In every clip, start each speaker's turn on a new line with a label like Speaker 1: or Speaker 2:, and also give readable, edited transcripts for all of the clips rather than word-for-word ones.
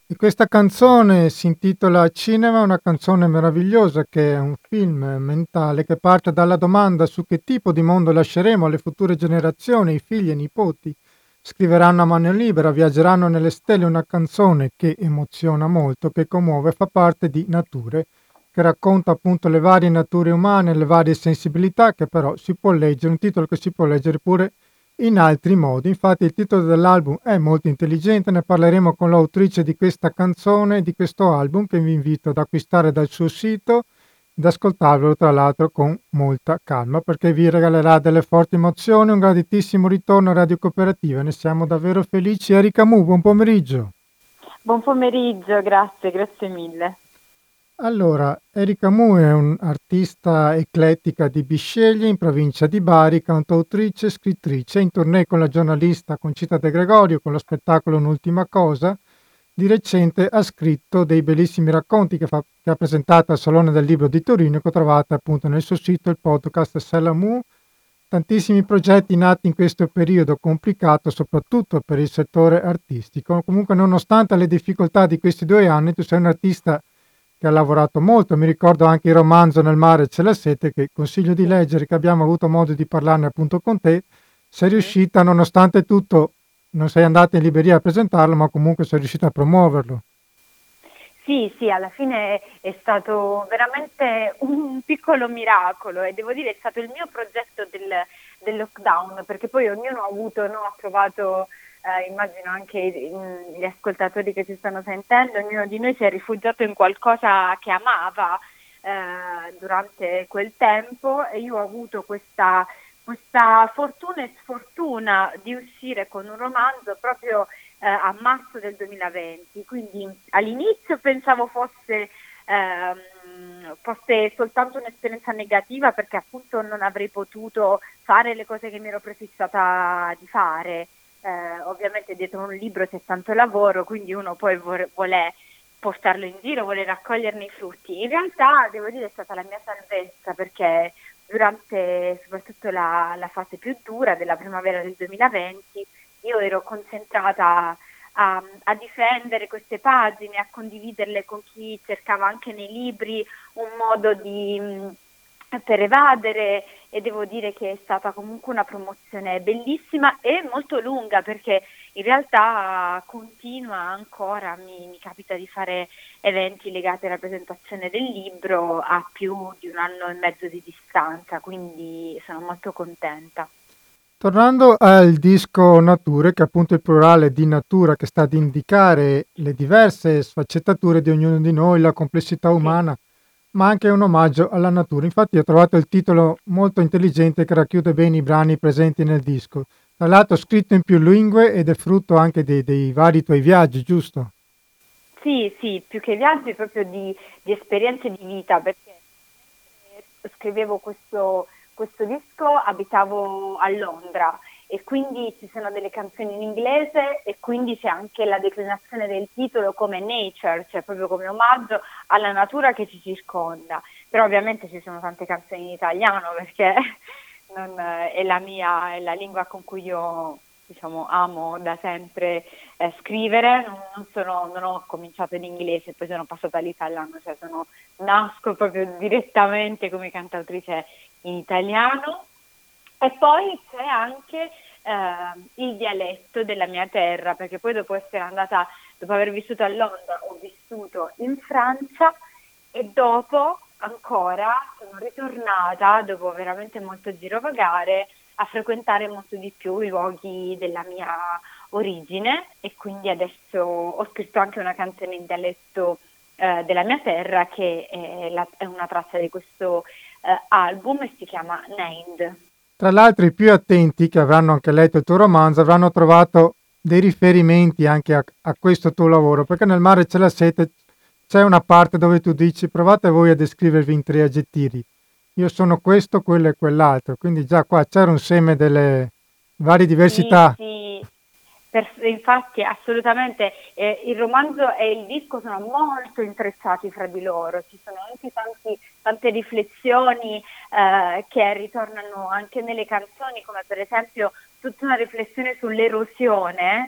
Speaker 1: E questa canzone si intitola Cinema, è una canzone meravigliosa che è un film mentale che parte dalla domanda su che tipo di mondo lasceremo alle future generazioni, i figli e i nipoti. Scriveranno a mano libera, viaggeranno nelle stelle, una canzone che emoziona molto, che commuove, fa parte di Nature, che racconta appunto le varie nature umane, le varie sensibilità, che però si può leggere, un titolo che si può leggere pure in altri modi. Infatti il titolo dell'album è molto intelligente, ne parleremo con l'autrice di questa canzone, di questo album, che vi invito ad acquistare dal suo sito, ad ascoltarvelo tra l'altro con molta calma, perché vi regalerà delle forti emozioni, un graditissimo ritorno a Radio Cooperativa. Ne siamo davvero felici. Erika Mu, buon pomeriggio.
Speaker 2: Buon pomeriggio, grazie mille.
Speaker 1: Allora, Erika Mu è un'artista eclettica di Bisceglie, in provincia di Bari, cantautrice, scrittrice, in tournée con la giornalista Concita De Gregorio con lo spettacolo Un'ultima cosa. Di recente ha scritto dei bellissimi racconti che ha presentato al Salone del Libro di Torino, che trovate appunto nel suo sito, il podcast Sella Mu. Tantissimi progetti nati in questo periodo complicato, soprattutto per il settore artistico. Comunque, nonostante le difficoltà di questi 2 anni, tu sei un artista che ha lavorato molto. Mi ricordo anche il romanzo Nel mare c'è la sete, che consiglio di
Speaker 2: Sì,
Speaker 1: leggere, che abbiamo avuto modo di parlarne appunto con te. Sei
Speaker 2: sì.
Speaker 1: riuscita, nonostante tutto, non sei andata in libreria a presentarlo, ma comunque sei riuscita a promuoverlo.
Speaker 2: Sì, sì, alla fine è stato veramente un piccolo miracolo e devo dire è stato il mio progetto del lockdown, perché poi ognuno ha avuto, no, ha trovato, immagino anche gli ascoltatori che ci stanno sentendo, ognuno di noi si è rifugiato in qualcosa che amava durante quel tempo e io ho avuto questa fortuna e sfortuna di uscire con un romanzo proprio a marzo del 2020, quindi all'inizio pensavo fosse soltanto un'esperienza negativa perché appunto non avrei potuto fare le cose che mi ero prefissata di fare. Ovviamente dietro un libro c'è tanto lavoro, quindi uno poi vuole portarlo in giro, vuole raccoglierne i frutti. In realtà devo dire è stata la mia salvezza perché durante soprattutto la fase più dura della primavera del 2020 io ero concentrata a difendere queste pagine, a condividerle con chi cercava anche nei libri un modo per evadere e devo dire che è stata comunque una promozione bellissima e molto lunga perché in realtà continua ancora, mi capita di fare eventi legati alla presentazione del libro a più di 1 anno e mezzo di distanza, quindi sono molto contenta.
Speaker 1: Tornando al disco Nature, che è appunto il plurale di natura, che sta ad indicare le diverse sfaccettature di ognuno di noi, la complessità
Speaker 2: Sì.
Speaker 1: umana, ma anche un omaggio alla natura. Infatti ho trovato il titolo molto intelligente che racchiude bene i brani presenti nel disco. Tra l'altro scritto in più lingue ed è frutto anche dei vari tuoi viaggi, giusto?
Speaker 2: Sì, sì, più che viaggi proprio di esperienze di vita, perché mentre scrivevo questo disco abitavo a Londra e quindi ci sono delle canzoni in inglese e quindi c'è anche la declinazione del titolo come nature, cioè proprio come omaggio alla natura che ci circonda. Però ovviamente ci sono tante canzoni in italiano perché è la lingua con cui io diciamo, amo da sempre scrivere, non ho cominciato in inglese, poi sono passata all'italiano, cioè nasco proprio direttamente come cantautrice in italiano e poi c'è anche il dialetto della mia terra, perché poi dopo aver vissuto a Londra, ho vissuto in Francia e dopo ancora sono ritornata, dopo veramente molto girovagare, a frequentare molto di più i luoghi della mia origine e quindi adesso ho scritto anche una canzone in dialetto della mia terra che è una traccia di questo album e si chiama Named.
Speaker 1: Tra l'altro i più attenti, che avranno anche letto il tuo romanzo, avranno trovato dei riferimenti anche a questo tuo lavoro, perché nel mare c'è la sete, c'è una parte dove tu dici provate voi a descrivervi in 3 aggettivi. Io sono questo, quello e quell'altro, quindi già qua c'era un seme delle varie
Speaker 2: Sì,
Speaker 1: diversità.
Speaker 2: sì, infatti assolutamente il romanzo e il disco sono molto intrecciati fra di loro, ci sono anche tante riflessioni che ritornano anche nelle canzoni, come per esempio tutta una riflessione sull'erosione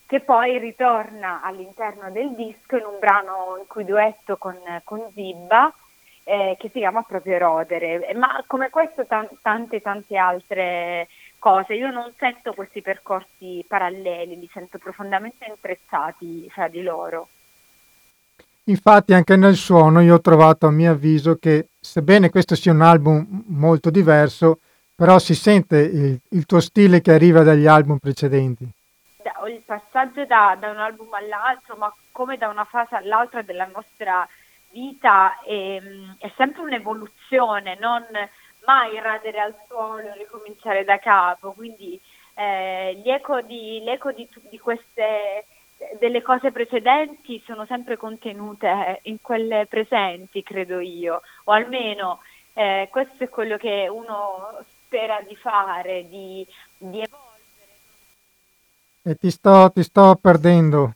Speaker 2: che poi ritorna all'interno del disco in un brano in cui duetto con Zibba, che si chiama proprio Rodere. Ma come questo tante altre cose. Io non sento questi percorsi paralleli, li sento profondamente intrecciati fra di loro.
Speaker 1: Infatti anche nel suono io ho trovato a mio avviso che, sebbene questo sia un album molto diverso, però si sente il tuo stile che arriva dagli album precedenti.
Speaker 2: Il passaggio da un album all'altro, ma come da una fase all'altra della nostra vita è sempre un'evoluzione, non mai radere al suolo e ricominciare da capo. Quindi l'eco di queste delle cose precedenti sono sempre contenute in quelle presenti, credo io, o almeno questo è quello che uno spera di fare, di evolvere.
Speaker 1: E ti sto perdendo.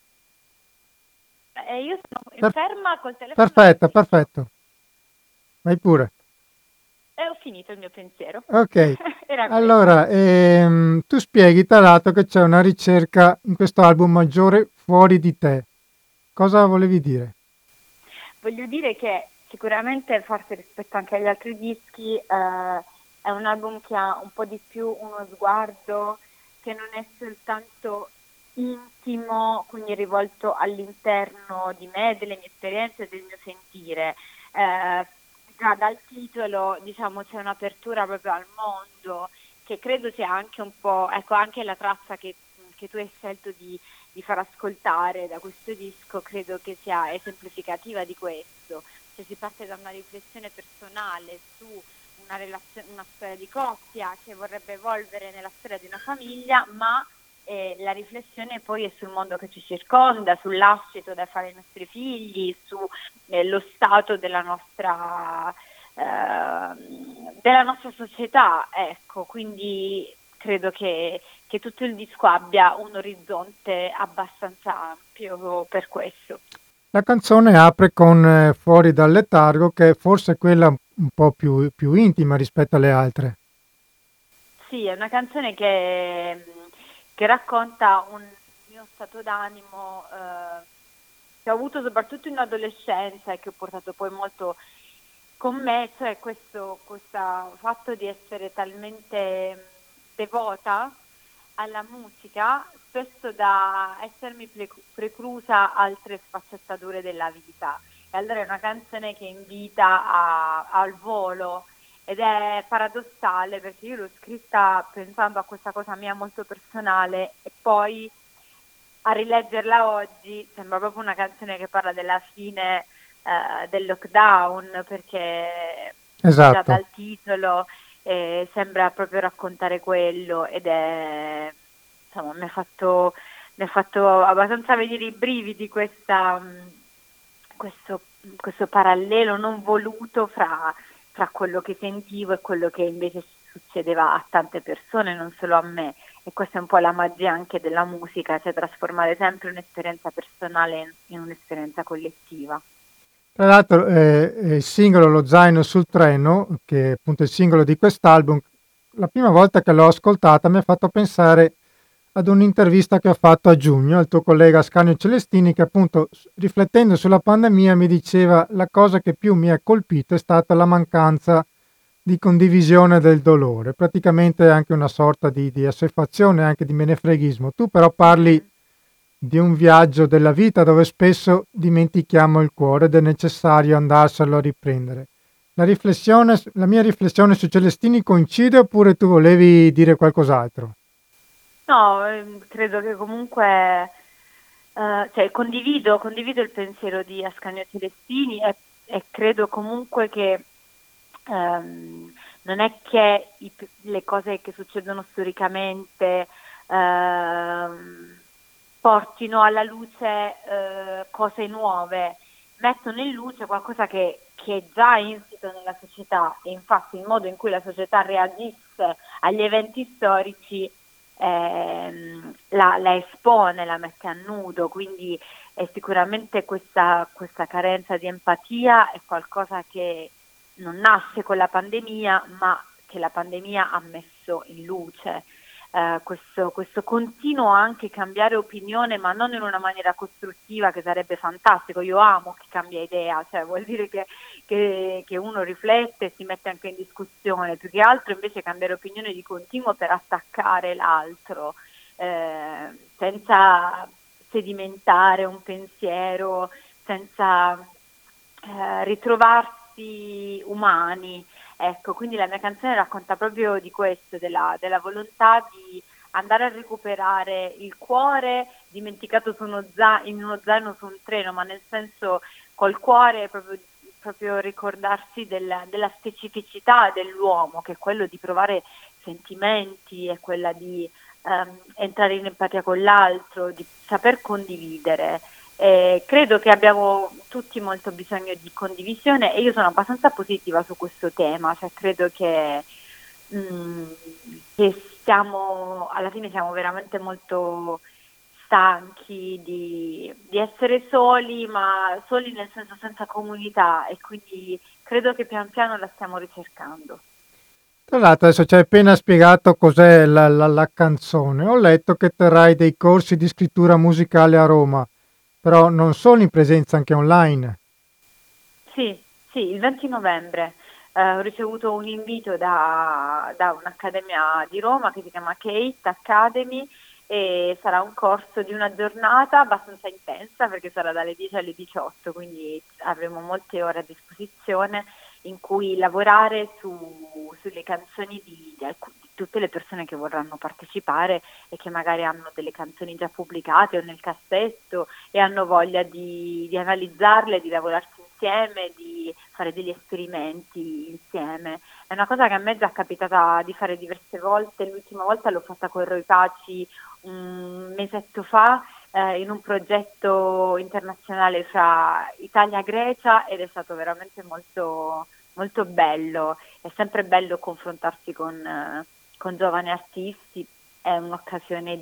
Speaker 2: Io sono
Speaker 1: Per-
Speaker 2: ferma col telefono
Speaker 1: Perfetto,
Speaker 2: acceso
Speaker 1: perfetto. Vai pure.
Speaker 2: e ho finito il mio pensiero.
Speaker 1: Ok.
Speaker 2: Era questo.
Speaker 1: Allora, tu spieghi tra l'altro che c'è una ricerca in questo album maggiore fuori di te. Cosa volevi dire?
Speaker 2: Voglio dire che sicuramente, forse rispetto anche agli altri dischi, è un album che ha un po' di più uno sguardo che non è soltanto intimo, quindi rivolto all'interno di me, delle mie esperienze e del mio sentire. Già dal titolo, diciamo, c'è un'apertura proprio al mondo, che credo sia anche un po', ecco, anche la traccia che tu hai scelto di far ascoltare da questo disco, credo che sia esemplificativa di questo. Cioè, si parte da una riflessione personale su una storia di coppia che vorrebbe evolvere nella storia di una famiglia, ma la riflessione poi è sul mondo che ci circonda, sul lascito da fare ai nostri figli, su lo stato della nostra società, ecco. Quindi credo che tutto il disco abbia un orizzonte abbastanza ampio per questo.
Speaker 1: La canzone apre con Fuori dal letargo, che è forse quella un po' più intima rispetto alle altre.
Speaker 2: Sì, è una canzone che racconta un mio stato d'animo che ho avuto soprattutto in adolescenza e che ho portato poi molto con me, cioè questo fatto di essere talmente devota alla musica, spesso da essermi preclusa altre sfaccettature della vita. E allora è una canzone che invita al volo ed è paradossale perché io l'ho scritta pensando a questa cosa mia molto personale e poi a rileggerla oggi sembra proprio una canzone che parla della fine del lockdown, perché già
Speaker 1: Esatto.
Speaker 2: dal titolo sembra proprio raccontare quello ed è, insomma, mi ha fatto abbastanza venire i brividi questo parallelo non voluto fra quello che sentivo e quello che invece succedeva a tante persone, non solo a me. E questa è un po' la magia anche della musica, cioè trasformare sempre un'esperienza personale in un'esperienza collettiva.
Speaker 1: Tra l'altro, il singolo Lo zaino sul treno, che è appunto il singolo di quest'album, la prima volta che l'ho ascoltata mi ha fatto pensare ad un'intervista che ho fatto a giugno al tuo collega Ascanio Celestini, che appunto riflettendo sulla pandemia mi diceva la cosa che più mi ha colpito è stata la mancanza di condivisione del dolore, praticamente anche una sorta di assuefazione, anche di menefreghismo. Tu però parli
Speaker 2: Mhm.
Speaker 1: di un viaggio della vita dove spesso dimentichiamo il cuore ed è necessario andarselo a riprendere. La mia riflessione su Celestini coincide oppure tu volevi dire qualcos'altro?
Speaker 2: No, credo che comunque, cioè, condivido il pensiero di Ascanio Celestini e credo comunque che non è che le cose che succedono storicamente ehm, portino alla luce cose nuove, mettono in luce qualcosa che è già insito nella società e infatti il modo in cui la società reagisce agli eventi storici la espone, la mette a nudo, quindi sicuramente questa carenza di empatia è qualcosa che non nasce con la pandemia, ma che la pandemia ha messo in luce. questo continuo anche cambiare opinione, ma non in una maniera costruttiva, che sarebbe fantastico. Io amo chi cambia idea, cioè vuol dire che uno riflette e si mette anche in discussione, più che altro invece cambiare opinione di continuo per attaccare l'altro, senza sedimentare un pensiero, senza ritrovarsi umani. Ecco, quindi la mia canzone racconta proprio di questo, della volontà di andare a recuperare il cuore dimenticato in uno zaino su un treno, ma nel senso col cuore proprio ricordarsi della specificità dell'uomo, che è quello di provare sentimenti, è quella di entrare in empatia con l'altro, di saper condividere. Credo che abbiamo tutti molto bisogno di condivisione e io sono abbastanza positiva su questo tema, cioè credo mh, che alla fine siamo veramente molto stanchi di essere soli, ma soli nel senso senza comunità, e quindi credo che pian piano la stiamo ricercando.
Speaker 1: Tra l'altro adesso ci hai appena spiegato cos'è la canzone. Ho letto che terrai dei corsi di scrittura musicale a Roma, però non solo in presenza, anche online.
Speaker 2: Sì, sì, il 20 novembre ho ricevuto un invito da un'accademia di Roma che si chiama Kate Academy, e sarà un corso di una giornata abbastanza intensa perché sarà dalle 10 alle 18, quindi avremo molte ore a disposizione in cui lavorare sulle canzoni di tutte le persone che vorranno partecipare e che magari hanno delle canzoni già pubblicate o nel cassetto e hanno voglia di analizzarle, di lavorarci insieme, di fare degli esperimenti insieme. È una cosa che a me è già capitata di fare diverse volte. L'ultima volta l'ho fatta con Roy Paci un mesetto fa, in un progetto internazionale fra Italia e Grecia, ed è stato veramente molto, molto bello. È sempre bello confrontarsi con giovani artisti, è un'occasione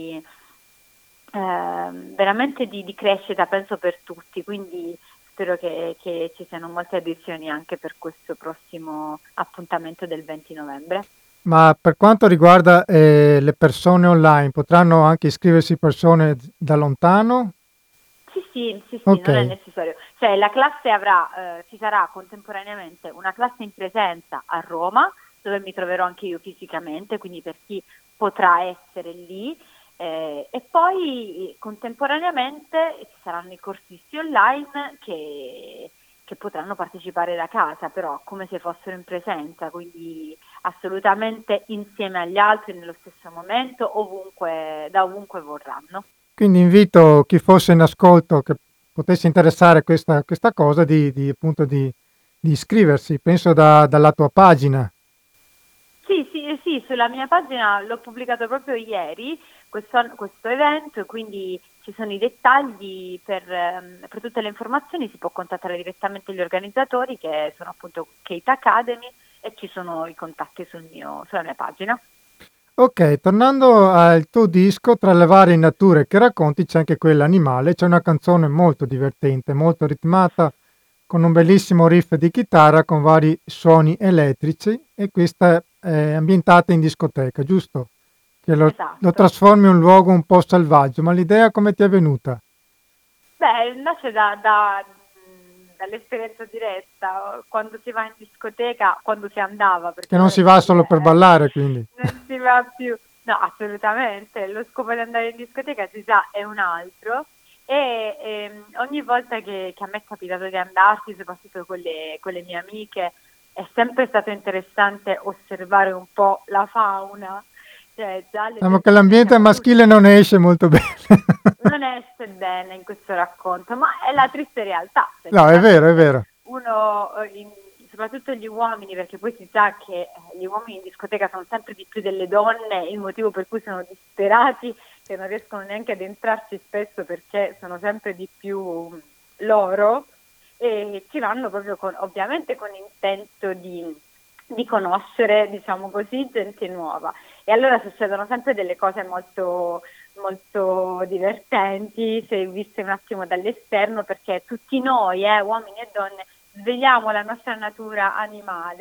Speaker 2: veramente di crescita, penso, per tutti, quindi spero che ci siano molte adesioni anche per questo prossimo appuntamento del 20 novembre.
Speaker 1: Ma per quanto riguarda le persone online, potranno anche iscriversi persone da lontano?
Speaker 2: Sì, sì, sì, sì,
Speaker 1: Ok,
Speaker 2: non è necessario. Cioè la classe ci sarà contemporaneamente una classe in presenza a Roma, dove mi troverò anche io fisicamente, quindi per chi potrà essere lì, e poi contemporaneamente ci saranno i corsisti online che potranno partecipare da casa, però come se fossero in presenza, quindi assolutamente insieme agli altri nello stesso momento, ovunque, da ovunque vorranno.
Speaker 1: quindi invito chi fosse in ascolto che potesse interessare questa cosa appunto di iscriversi, penso dalla tua pagina.
Speaker 2: Sì, sì, sì, sulla mia pagina l'ho pubblicato proprio ieri questo evento, e quindi ci sono i dettagli per tutte le informazioni. Si può contattare direttamente gli organizzatori, che sono appunto Kate Academy, e ci sono i contatti sulla mia pagina.
Speaker 1: Ok, tornando al tuo disco, tra le varie nature che racconti c'è anche quella animale, c'è una canzone molto divertente, molto ritmata, con un bellissimo riff di chitarra con vari suoni elettrici, e questa è ambientata in discoteca, giusto? Che lo
Speaker 2: Esatto.
Speaker 1: trasformi in un luogo un po' selvaggio, ma l'idea come ti è venuta?
Speaker 2: Beh, nasce dall'esperienza diretta, quando si va in discoteca, quando si andava,
Speaker 1: Che
Speaker 2: perché
Speaker 1: non
Speaker 2: ora
Speaker 1: si
Speaker 2: devo
Speaker 1: va solo
Speaker 2: dire,
Speaker 1: per ballare, quindi.
Speaker 2: non si va più. No, assolutamente, lo scopo di andare in discoteca, si sa, è un altro, e ogni volta che a me è capitato di andarci, soprattutto con le mie amiche, è sempre stato interessante osservare un po' la fauna, cioè già le
Speaker 1: Diciamo che
Speaker 2: persone
Speaker 1: l'ambiente
Speaker 2: siamo tutte.
Speaker 1: maschile non esce molto bene.
Speaker 2: Non esce bene in questo racconto, ma è la triste realtà,
Speaker 1: No,
Speaker 2: perché
Speaker 1: è vero, è
Speaker 2: chiaramente
Speaker 1: vero.
Speaker 2: uno, soprattutto gli uomini, perché poi si sa che gli uomini in discoteca sono sempre di più delle donne, il motivo per cui sono disperati, che non riescono neanche ad entrarci spesso perché sono sempre di più loro, e ci vanno proprio ovviamente con intento di conoscere, diciamo così, gente nuova. E allora succedono sempre delle cose molto, molto divertenti, se viste un attimo dall'esterno, perché tutti noi, uomini e donne, svegliamo la nostra natura animale,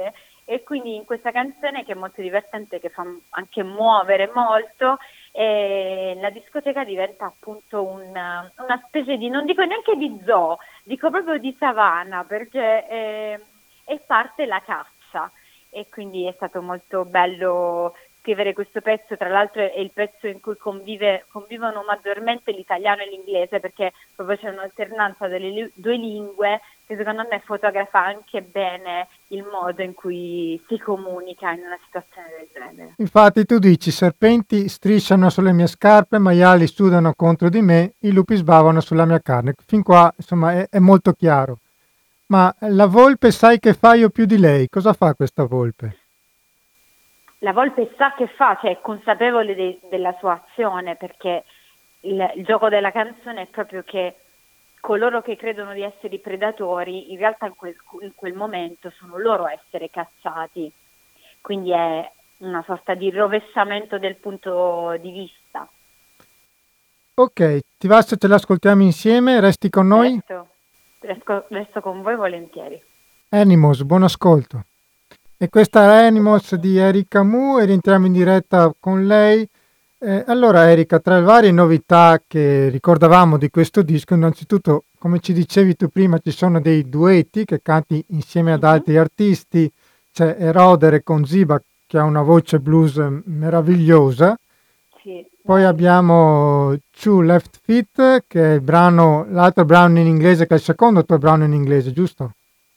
Speaker 2: e quindi in questa canzone, che è molto divertente, che fa anche muovere molto, la discoteca diventa appunto una specie di, non dico neanche di zoo, dico proprio di savana, perché è parte la caccia, e quindi è stato molto bello scrivere questo pezzo. Tra l'altro è il pezzo in cui convivono maggiormente l'italiano e l'inglese, perché proprio c'è un'alternanza delle due lingue che secondo me fotografa anche bene il modo in cui si comunica in una situazione del genere.
Speaker 1: Infatti tu dici: serpenti strisciano sulle mie scarpe, maiali sudano contro di me, i lupi sbavano sulla mia carne. Fin qua, insomma, è molto chiaro. Ma la volpe sai che fa io più di lei? Cosa fa questa volpe?
Speaker 2: La volpe sa che fa, cioè è consapevole della sua azione, perché il gioco della canzone è proprio che coloro che credono di essere i predatori, in realtà in quel momento sono loro a essere cacciati. Quindi è una sorta di rovesciamento del punto di vista.
Speaker 1: Ok, ti va se ce l'ascoltiamo insieme? Resti con noi?
Speaker 2: Resto con voi volentieri.
Speaker 1: Animals, buon ascolto. E questa è Animals di Erika Mu e rientriamo in diretta con lei. Allora Erika, tra le varie novità che ricordavamo di questo disco, innanzitutto, come ci dicevi tu prima, ci sono dei duetti che canti insieme ad altri artisti. C'è Erodere con Ziba, che ha una voce blues meravigliosa.
Speaker 2: Sì.
Speaker 1: Poi abbiamo Two Left Feet, che è il brano, l'altro brano in inglese, che è il secondo tuo brano in inglese, giusto?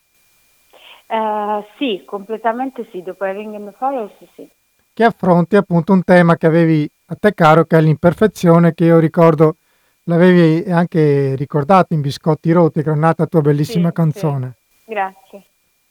Speaker 2: Sì, completamente sì, dopo Having in the Forest sì.
Speaker 1: Che affronti appunto un tema che avevi a te caro, che è l'imperfezione, che io ricordo l'avevi anche ricordato in Biscotti Rotti, che è un'altra tua bellissima canzone.
Speaker 2: Sì, grazie.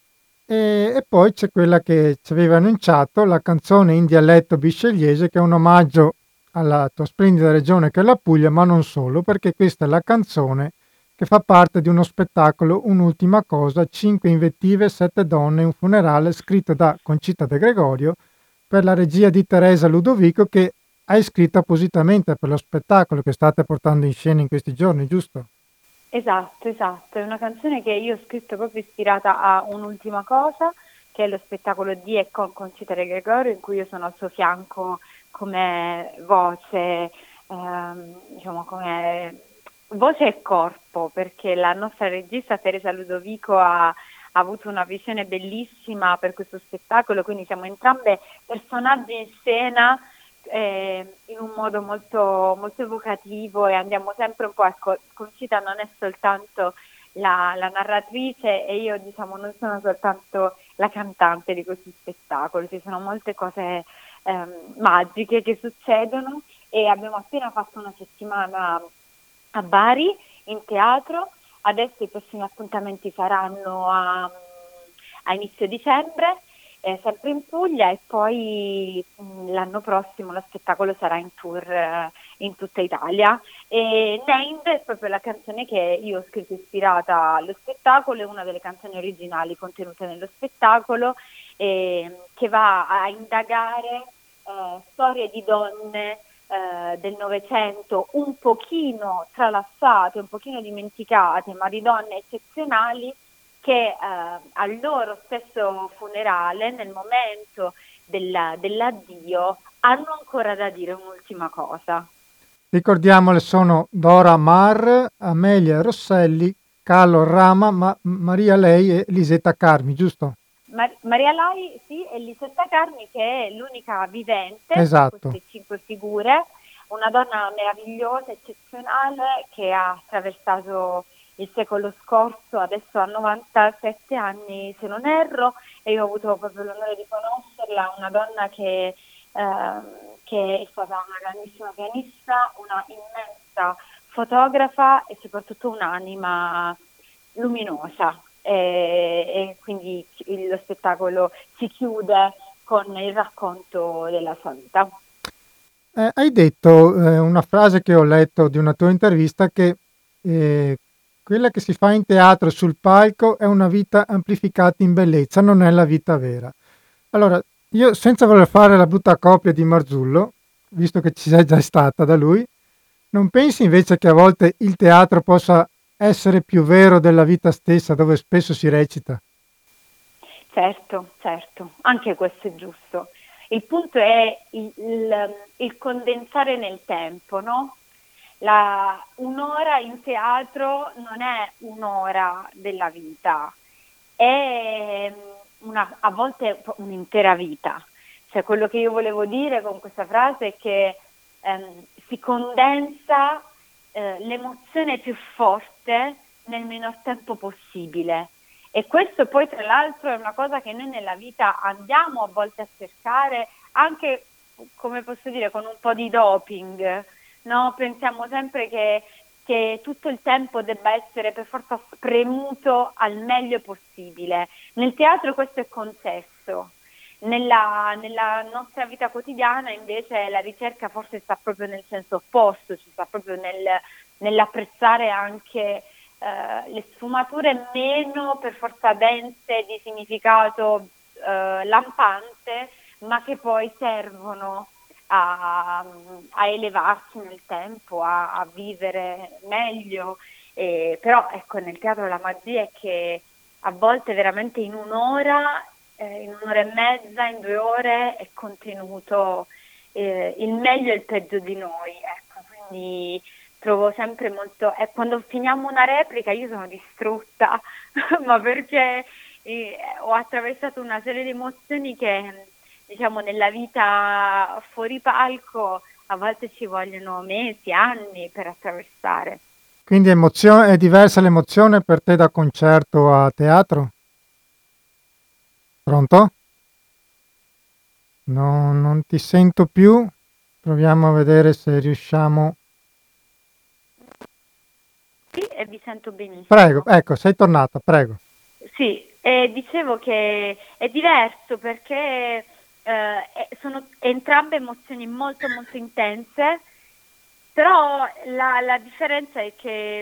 Speaker 1: E poi c'è quella che ci aveva annunciato, la canzone in dialetto biscegliese, che è un omaggio alla tua splendida regione che è la Puglia, ma non solo, perché questa è la canzone che fa parte di uno spettacolo, Un'ultima cosa, 5 invettive, 7 donne, un funerale, scritto da Concita De Gregorio per la regia di Teresa Ludovico, che hai scritto appositamente per lo spettacolo che state portando in scena in questi giorni, giusto?
Speaker 2: Esatto, è una canzone che io ho scritto proprio ispirata a Un'ultima cosa, che è lo spettacolo di e con Concita De Gregorio, in cui io sono al suo fianco come voce, diciamo come voce e corpo, perché la nostra regista Teresa Ludovico ha avuto una visione bellissima per questo spettacolo, quindi siamo entrambe personaggi in scena in un modo molto, molto evocativo, e andiamo sempre un po' a Concita non è soltanto la narratrice, e io diciamo non sono soltanto la cantante di questo spettacolo, ci sono molte cose magiche che succedono, e abbiamo appena fatto una settimana a Bari in teatro. Adesso i prossimi appuntamenti saranno a inizio dicembre, sempre in Puglia, e poi l'anno prossimo lo spettacolo sarà in tour in tutta Italia. E Named è proprio la canzone che io ho scritto ispirata allo spettacolo, è una delle canzoni originali contenute nello spettacolo, che va a indagare storie di donne del Novecento un pochino tralassate, un pochino dimenticate, ma di donne eccezionali che al loro stesso funerale, nel momento dell'addio, hanno ancora da dire un'ultima cosa.
Speaker 1: Ricordiamole, sono Dora Maar, Amelia Rosselli, Carlo Rama, Maria Lei e Lisetta Carmi, giusto?
Speaker 2: Maria Lai, sì, e Lisetta Carmi, che è l'unica vivente
Speaker 1: Esatto.
Speaker 2: di queste 5 figure, una donna meravigliosa, eccezionale, che ha attraversato il secolo scorso, adesso ha 97 anni se non erro, e io ho avuto proprio l'onore di conoscerla, una donna che è stata una grandissima pianista, una immensa fotografa e soprattutto un'anima luminosa. E quindi lo spettacolo si chiude con il racconto della sua vita.
Speaker 1: Hai detto una frase che ho letto di una tua intervista, che quella che si fa in teatro sul palco è una vita amplificata in bellezza, non è la vita vera. Allora, io, senza voler fare la brutta copia di Marzullo, visto che ci sei già stata da lui, non pensi invece che a volte il teatro possa essere più vero della vita stessa, dove spesso si recita?
Speaker 2: Certo, certo, anche questo è giusto. Il punto è il condensare nel tempo, no? Un'ora in teatro non è un'ora della vita, è a volte un'intera vita. Cioè, quello che io volevo dire con questa frase è che si condensa l'emozione più forte nel minor tempo possibile. E questo poi tra l'altro è una cosa che noi nella vita andiamo a volte a cercare anche, come posso dire, con un po' di doping, no? Pensiamo sempre che tutto il tempo debba essere per forza spremuto al meglio possibile. Nel teatro questo è concesso. Nella nostra vita quotidiana invece la ricerca forse sta proprio nel senso opposto, ci sta proprio nell'apprezzare anche le sfumature meno per forza dense di significato lampante, ma che poi servono a elevarsi nel tempo, a vivere meglio. Però ecco, nel teatro la magia è che a volte veramente in un'ora e mezza, in 2 ore è contenuto il meglio e il peggio di noi. Ecco, quindi trovo sempre molto. E quando finiamo una replica io sono distrutta, ma perché ho attraversato una serie di emozioni che, diciamo, nella vita fuori palco a volte ci vogliono mesi, anni per attraversare.
Speaker 1: Quindi è diversa l'emozione per te da concerto a teatro? Pronto? No, non ti sento più. Proviamo a vedere se riusciamo.
Speaker 2: Sì, e vi sento
Speaker 1: Prego,
Speaker 2: benissimo.
Speaker 1: ecco, sei tornata, prego.
Speaker 2: Sì, dicevo che è diverso perché sono entrambe emozioni molto molto intense, però la differenza è che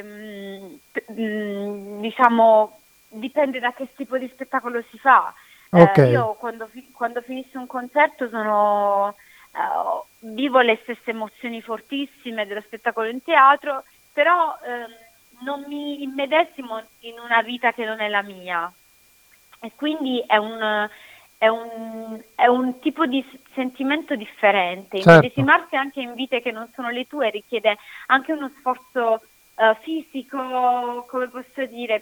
Speaker 2: diciamo dipende da che tipo di spettacolo si fa.
Speaker 1: Ok,
Speaker 2: Io quando finisco un concerto vivo le stesse emozioni fortissime dello spettacolo in teatro, però non mi immedesimo in una vita che non è la mia e quindi è un tipo di sentimento differente.
Speaker 1: certo.
Speaker 2: Immedesimarsi anche in vite che non sono le tue richiede anche uno sforzo fisico, come posso dire,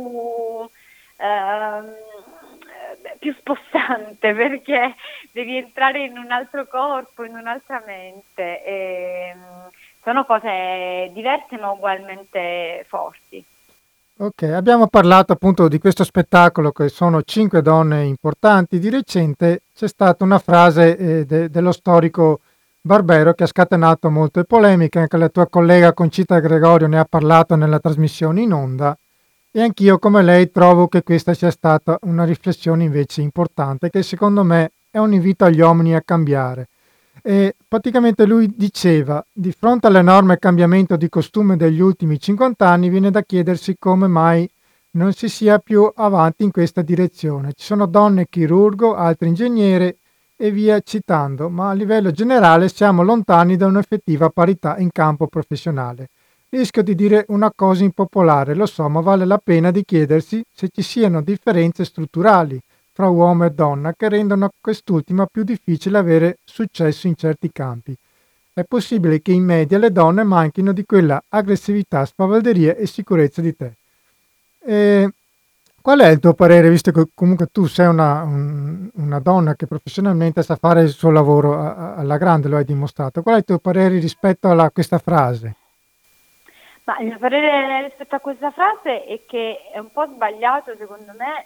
Speaker 2: ehm, più spostante perché devi entrare in un altro corpo, in un'altra mente. Sono cose diverse ma ugualmente forti.
Speaker 1: Ok, abbiamo parlato appunto di questo spettacolo che sono 5 donne importanti. Di recente c'è stata una frase dello storico Barbero che ha scatenato molte polemiche, anche la tua collega Concita Gregorio ne ha parlato nella trasmissione in onda e anch'io come lei trovo che questa sia stata una riflessione invece importante che secondo me è un invito agli uomini a cambiare. E praticamente lui diceva, di fronte all'enorme cambiamento di costume degli ultimi 50 anni, viene da chiedersi come mai non si sia più avanti in questa direzione. Ci sono donne chirurgo, altre ingegnere e via citando, ma a livello generale siamo lontani da un'effettiva parità in campo professionale. Rischio di dire una cosa impopolare, lo so, ma vale la pena di chiedersi se ci siano differenze strutturali fra uomo e donna che rendono a quest'ultima più difficile avere successo in certi campi. È possibile che in media le donne manchino di quella aggressività, spavalderia e sicurezza di te. E qual è il tuo parere, visto che comunque tu sei una donna che professionalmente sa fare il suo lavoro alla grande, lo hai dimostrato, qual è il tuo parere rispetto a questa frase?
Speaker 2: Ma il mio parere rispetto a questa frase è che è un po' sbagliato, secondo me,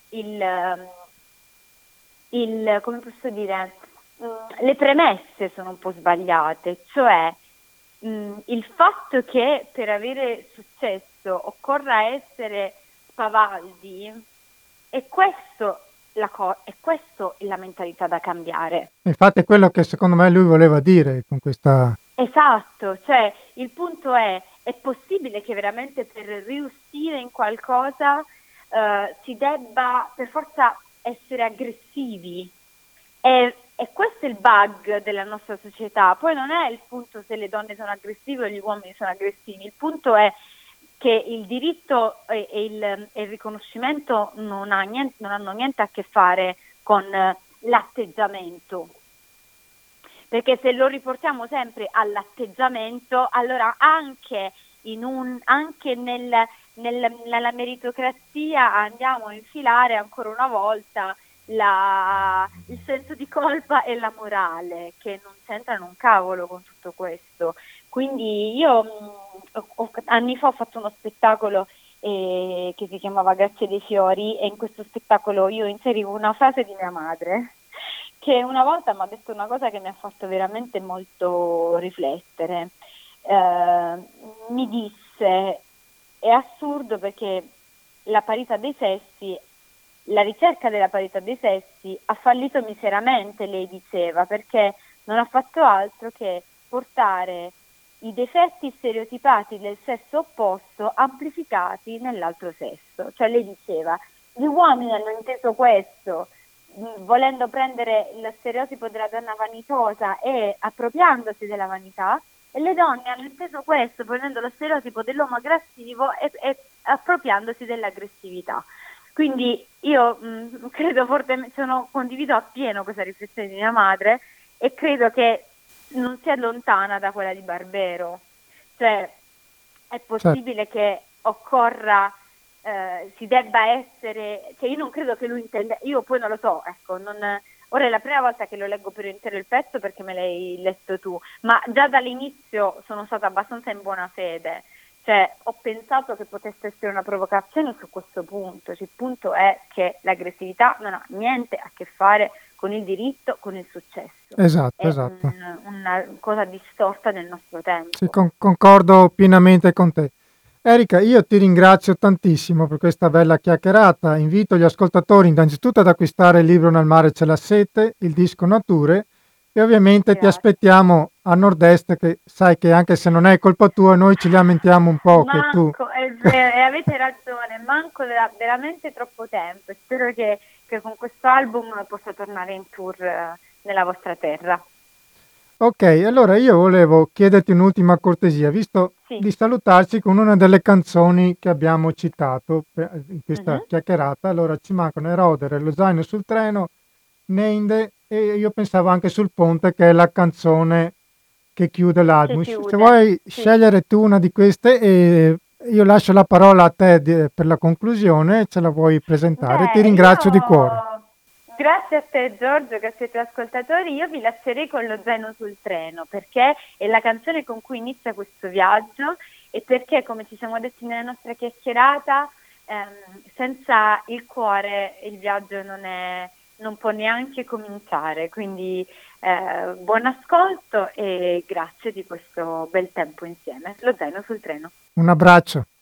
Speaker 2: come posso dire, le premesse sono un po' sbagliate, cioè il fatto che per avere successo occorra essere spavaldi, è questo è questo la mentalità da cambiare.
Speaker 1: Infatti è quello che secondo me lui voleva dire con questa.
Speaker 2: Esatto, cioè il punto è possibile che veramente per riuscire in qualcosa si debba per forza essere aggressivi? E questo è il bug della nostra società. Poi non è il punto se le donne sono aggressive o gli uomini sono aggressivi, il punto è che il diritto e il riconoscimento non hanno niente a che fare con l'atteggiamento, perché se lo riportiamo sempre all'atteggiamento, allora anche nella meritocrazia andiamo a infilare ancora una volta il senso di colpa e la morale, che non c'entrano un cavolo con tutto questo. Quindi io anni fa ho fatto uno spettacolo che si chiamava Grazie dei Fiori, e in questo spettacolo io inserivo una frase di mia madre che una volta mi ha detto una cosa che mi ha fatto veramente molto riflettere. Eh, Mi disse: è assurdo perché la parità dei sessi, la ricerca della parità dei sessi ha fallito miseramente, lei diceva, perché non ha fatto altro che portare i difetti stereotipati del sesso opposto amplificati nell'altro sesso. Cioè lei diceva: gli uomini hanno inteso questo, volendo prendere lo stereotipo della donna vanitosa e appropriandosi della vanità, e le donne hanno inteso questo prendendo lo stereotipo dell'uomo aggressivo e appropriandosi dell'aggressività. Quindi io credo fortemente, condivido appieno questa riflessione di mia madre, e credo che non sia lontana da quella di Barbero. Cioè, è
Speaker 1: Certo.
Speaker 2: possibile che occorra, si debba essere, cioè io non credo che lui intenda, io poi non lo so, ecco, ora è la prima volta che lo leggo per intero il pezzo perché me l'hai letto tu, ma già dall'inizio sono stata abbastanza in buona fede. Cioè, ho pensato che potesse essere una provocazione su questo punto. Cioè, il punto è che l'aggressività non ha niente a che fare con il diritto, con il successo.
Speaker 1: Esatto,
Speaker 2: È
Speaker 1: esatto.
Speaker 2: una cosa distorta del nostro
Speaker 1: Sì,
Speaker 2: tempo.
Speaker 1: concordo pienamente con te. Erika, io ti ringrazio tantissimo per questa bella chiacchierata. Invito gli ascoltatori innanzitutto ad acquistare il libro Nel mare c'è la sete, il disco Nature, e ovviamente ti
Speaker 2: Grazie.
Speaker 1: aspettiamo a Nord-Est, che sai che anche se non è colpa tua, noi ci lamentiamo un po' che tu...
Speaker 2: Manco, è vero, e avete ragione, manco da veramente troppo tempo. Spero che con questo album possa tornare in tour nella vostra terra.
Speaker 1: Ok, allora io volevo chiederti un'ultima cortesia, visto
Speaker 2: Sì.
Speaker 1: di salutarci con una delle canzoni che abbiamo citato in questa
Speaker 2: Mhm.
Speaker 1: chiacchierata. Allora ci mancano Erodere, Lo zaino sul treno, Neinde, e io pensavo anche sul ponte, che è la canzone che chiude
Speaker 2: Che
Speaker 1: l'album. Se
Speaker 2: chiude.
Speaker 1: vuoi
Speaker 2: Sì.
Speaker 1: scegliere tu una di queste, e io lascio la parola a te per la conclusione, ce la vuoi presentare. Ti
Speaker 2: Beh,
Speaker 1: ringrazio di cuore.
Speaker 2: grazie a te Giorgio, grazie ai tuoi ascoltatori, io vi lascerei con Lo zaino sul treno, perché è la canzone con cui inizia questo viaggio, e perché, come ci siamo detti nella nostra chiacchierata, senza il cuore il viaggio non può neanche cominciare. Quindi buon ascolto e grazie di questo bel tempo insieme. Lo zaino sul treno.
Speaker 1: Un abbraccio.